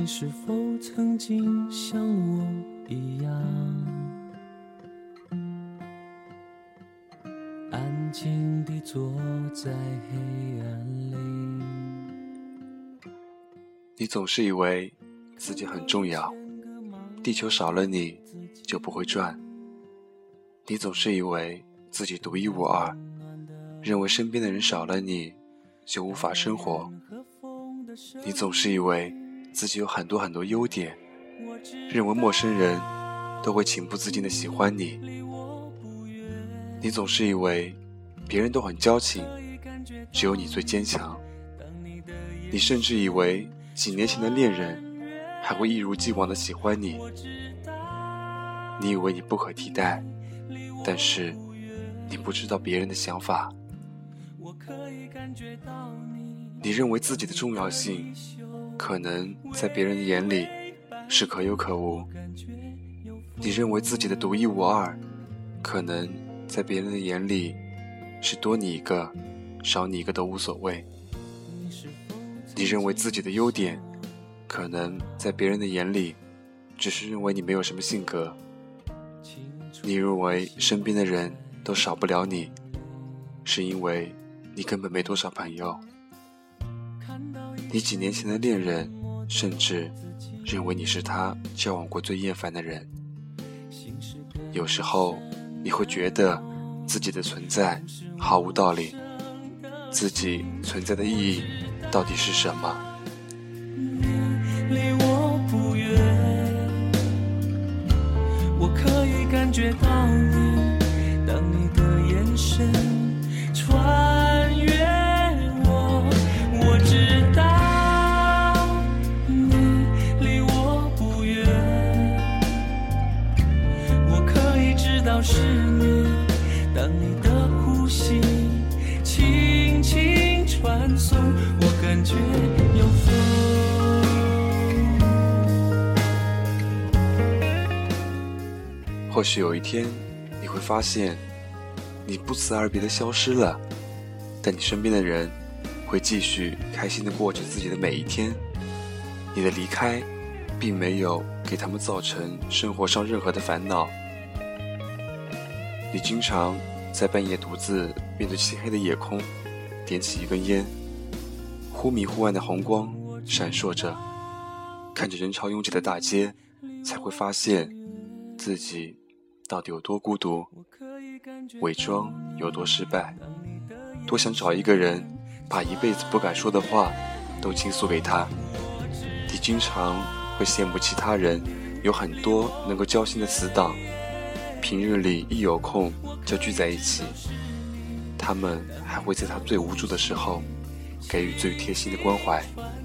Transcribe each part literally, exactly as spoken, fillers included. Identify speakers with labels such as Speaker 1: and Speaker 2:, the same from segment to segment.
Speaker 1: 你是否曾经像我一样，安静地坐在黑暗里。
Speaker 2: 你总是以为自己很重要，地球少了你就不会转。你总是以为自己独一无二，认为身边的人少了你就无法生活。你总是以为自己有很多很多优点，认为陌生人都会情不自禁地喜欢你。你总是以为别人都很矫情，只有你最坚强。你甚至以为几年前的恋人还会一如既往地喜欢你。你以为你不可替代，但是你不知道别人的想法。你认为自己的重要性可能在别人的眼里是可有可无，你认为自己的独一无二可能在别人的眼里是多你一个少你一个都无所谓，你认为自己的优点可能在别人的眼里只是认为你没有什么性格，你认为身边的人都少不了你，是因为你根本没多少朋友。你几年前的恋人甚至认为你是他交往过最厌烦的人。有时候你会觉得自己的存在毫无道理，自己存在的意义到底是什么？
Speaker 1: 离我不远，我可以感觉到你，当你的眼神穿越我，我知道你离我不远，我可以知道是你，当你的呼吸轻轻传送，我感觉有风。
Speaker 2: 或许有一天你会发现你不辞而别的消失了，但你身边的人会继续开心地过着自己的每一天。你的离开并没有给他们造成生活上任何的烦恼。你经常在半夜独自面对漆黑的夜空，点起一根烟，忽明忽暗的红光闪烁着，看着人潮拥挤的大街，才会发现自己到底有多孤独，伪装有多失败，多想找一个人把一辈子不敢说的话都倾诉给他。你经常会羡慕其他人有很多能够交心的死党，平日里一有空就聚在一起，他们还会在他最无助的时候给予最贴心的关怀。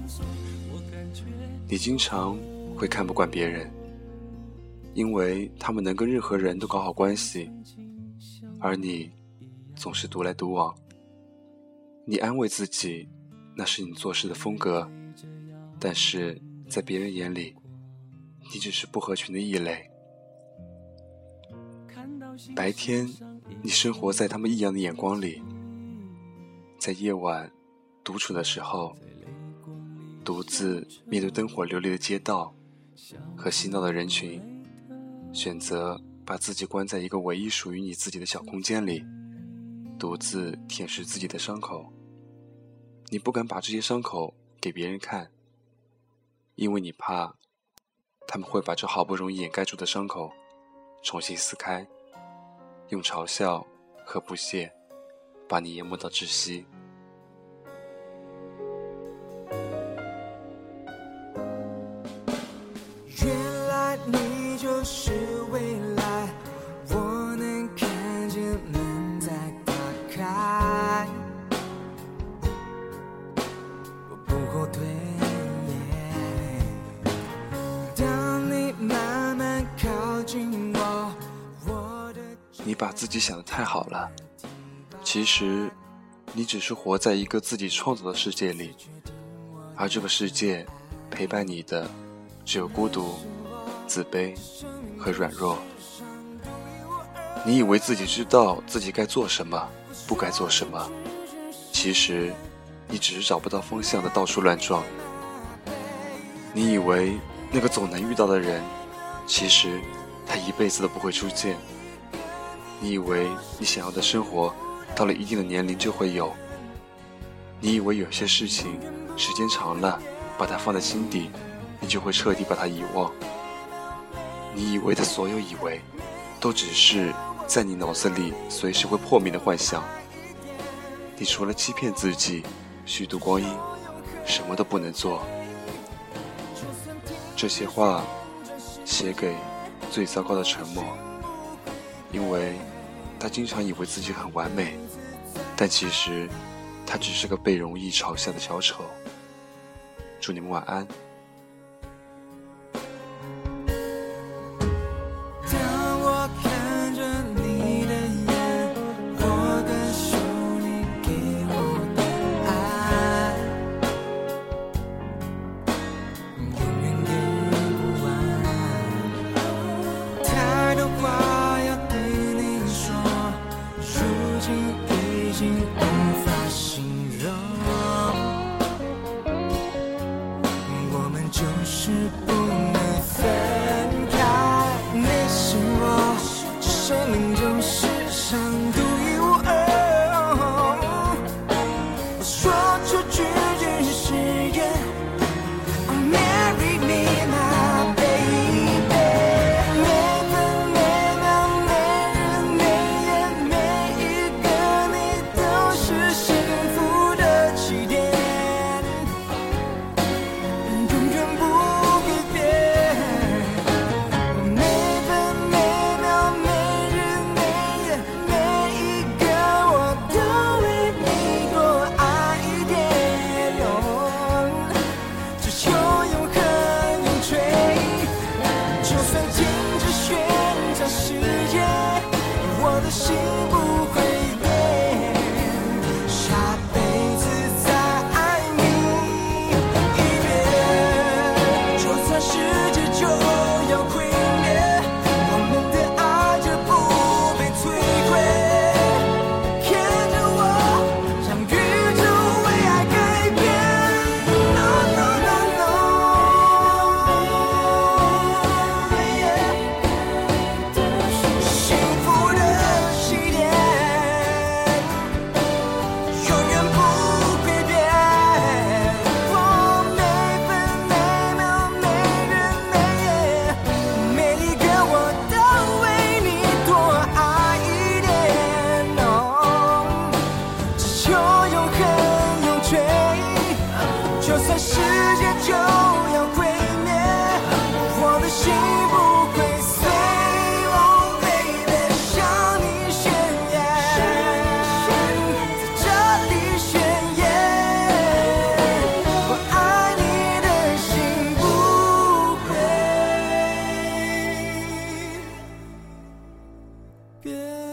Speaker 2: 你经常会看不惯别人，因为他们能跟任何人都搞好关系，而你总是独来独往。你安慰自己那是你做事的风格，但是在别人眼里你只是不合群的异类。白天你生活在他们异样的眼光里，在夜晚独处的时候，独自面对灯火流离的街道和嬉闹的人群，选择把自己关在一个唯一属于你自己的小空间里，独自舔舐自己的伤口。你不敢把这些伤口给别人看，因为你怕他们会把这好不容易掩盖住的伤口重新撕开，用嘲笑和不屑把你淹没到窒息。
Speaker 3: 原来你就是未来，我能看见门在打开，我不后退。当你慢慢靠近我，我的
Speaker 2: 你把自己想得太好了，其实你只是活在一个自己创造的世界里，而这个世界陪伴你的只有孤独、自卑和软弱。你以为自己知道自己该做什么，不该做什么，其实你只是找不到方向的到处乱撞。你你以为那个总能遇到的人，其实他一辈子都不会出现。你以为你想要的生活到了一定的年龄就会有。你以为有些事情时间长了，把它放在心底，你就会彻底把它遗忘。你以为的所有以为，都只是在你脑子里随时会破灭的幻想。你除了欺骗自己，虚度光阴，什么都不能做。这些话写给最糟糕的沉默，因为他经常以为自己很完美，但其实他只是个被容易嘲笑的小丑。祝你们晚安。
Speaker 3: 就是不能分开，你是我，这生命中世上独一无二。我说出句句是誓言 ，Oh marry me my baby。每分每秒每日每夜每一个你都是幸福的起点。心不会变，下辈子再爱你一遍。就算世界就要毁灭，我们的爱就不被摧毁。看着我，让宇宙为爱改变。No no no no， 幸福的。就算世界就要毁灭，我的心不会碎。Oh baby， 向你宣言，在这里宣言，我爱你的心不会变。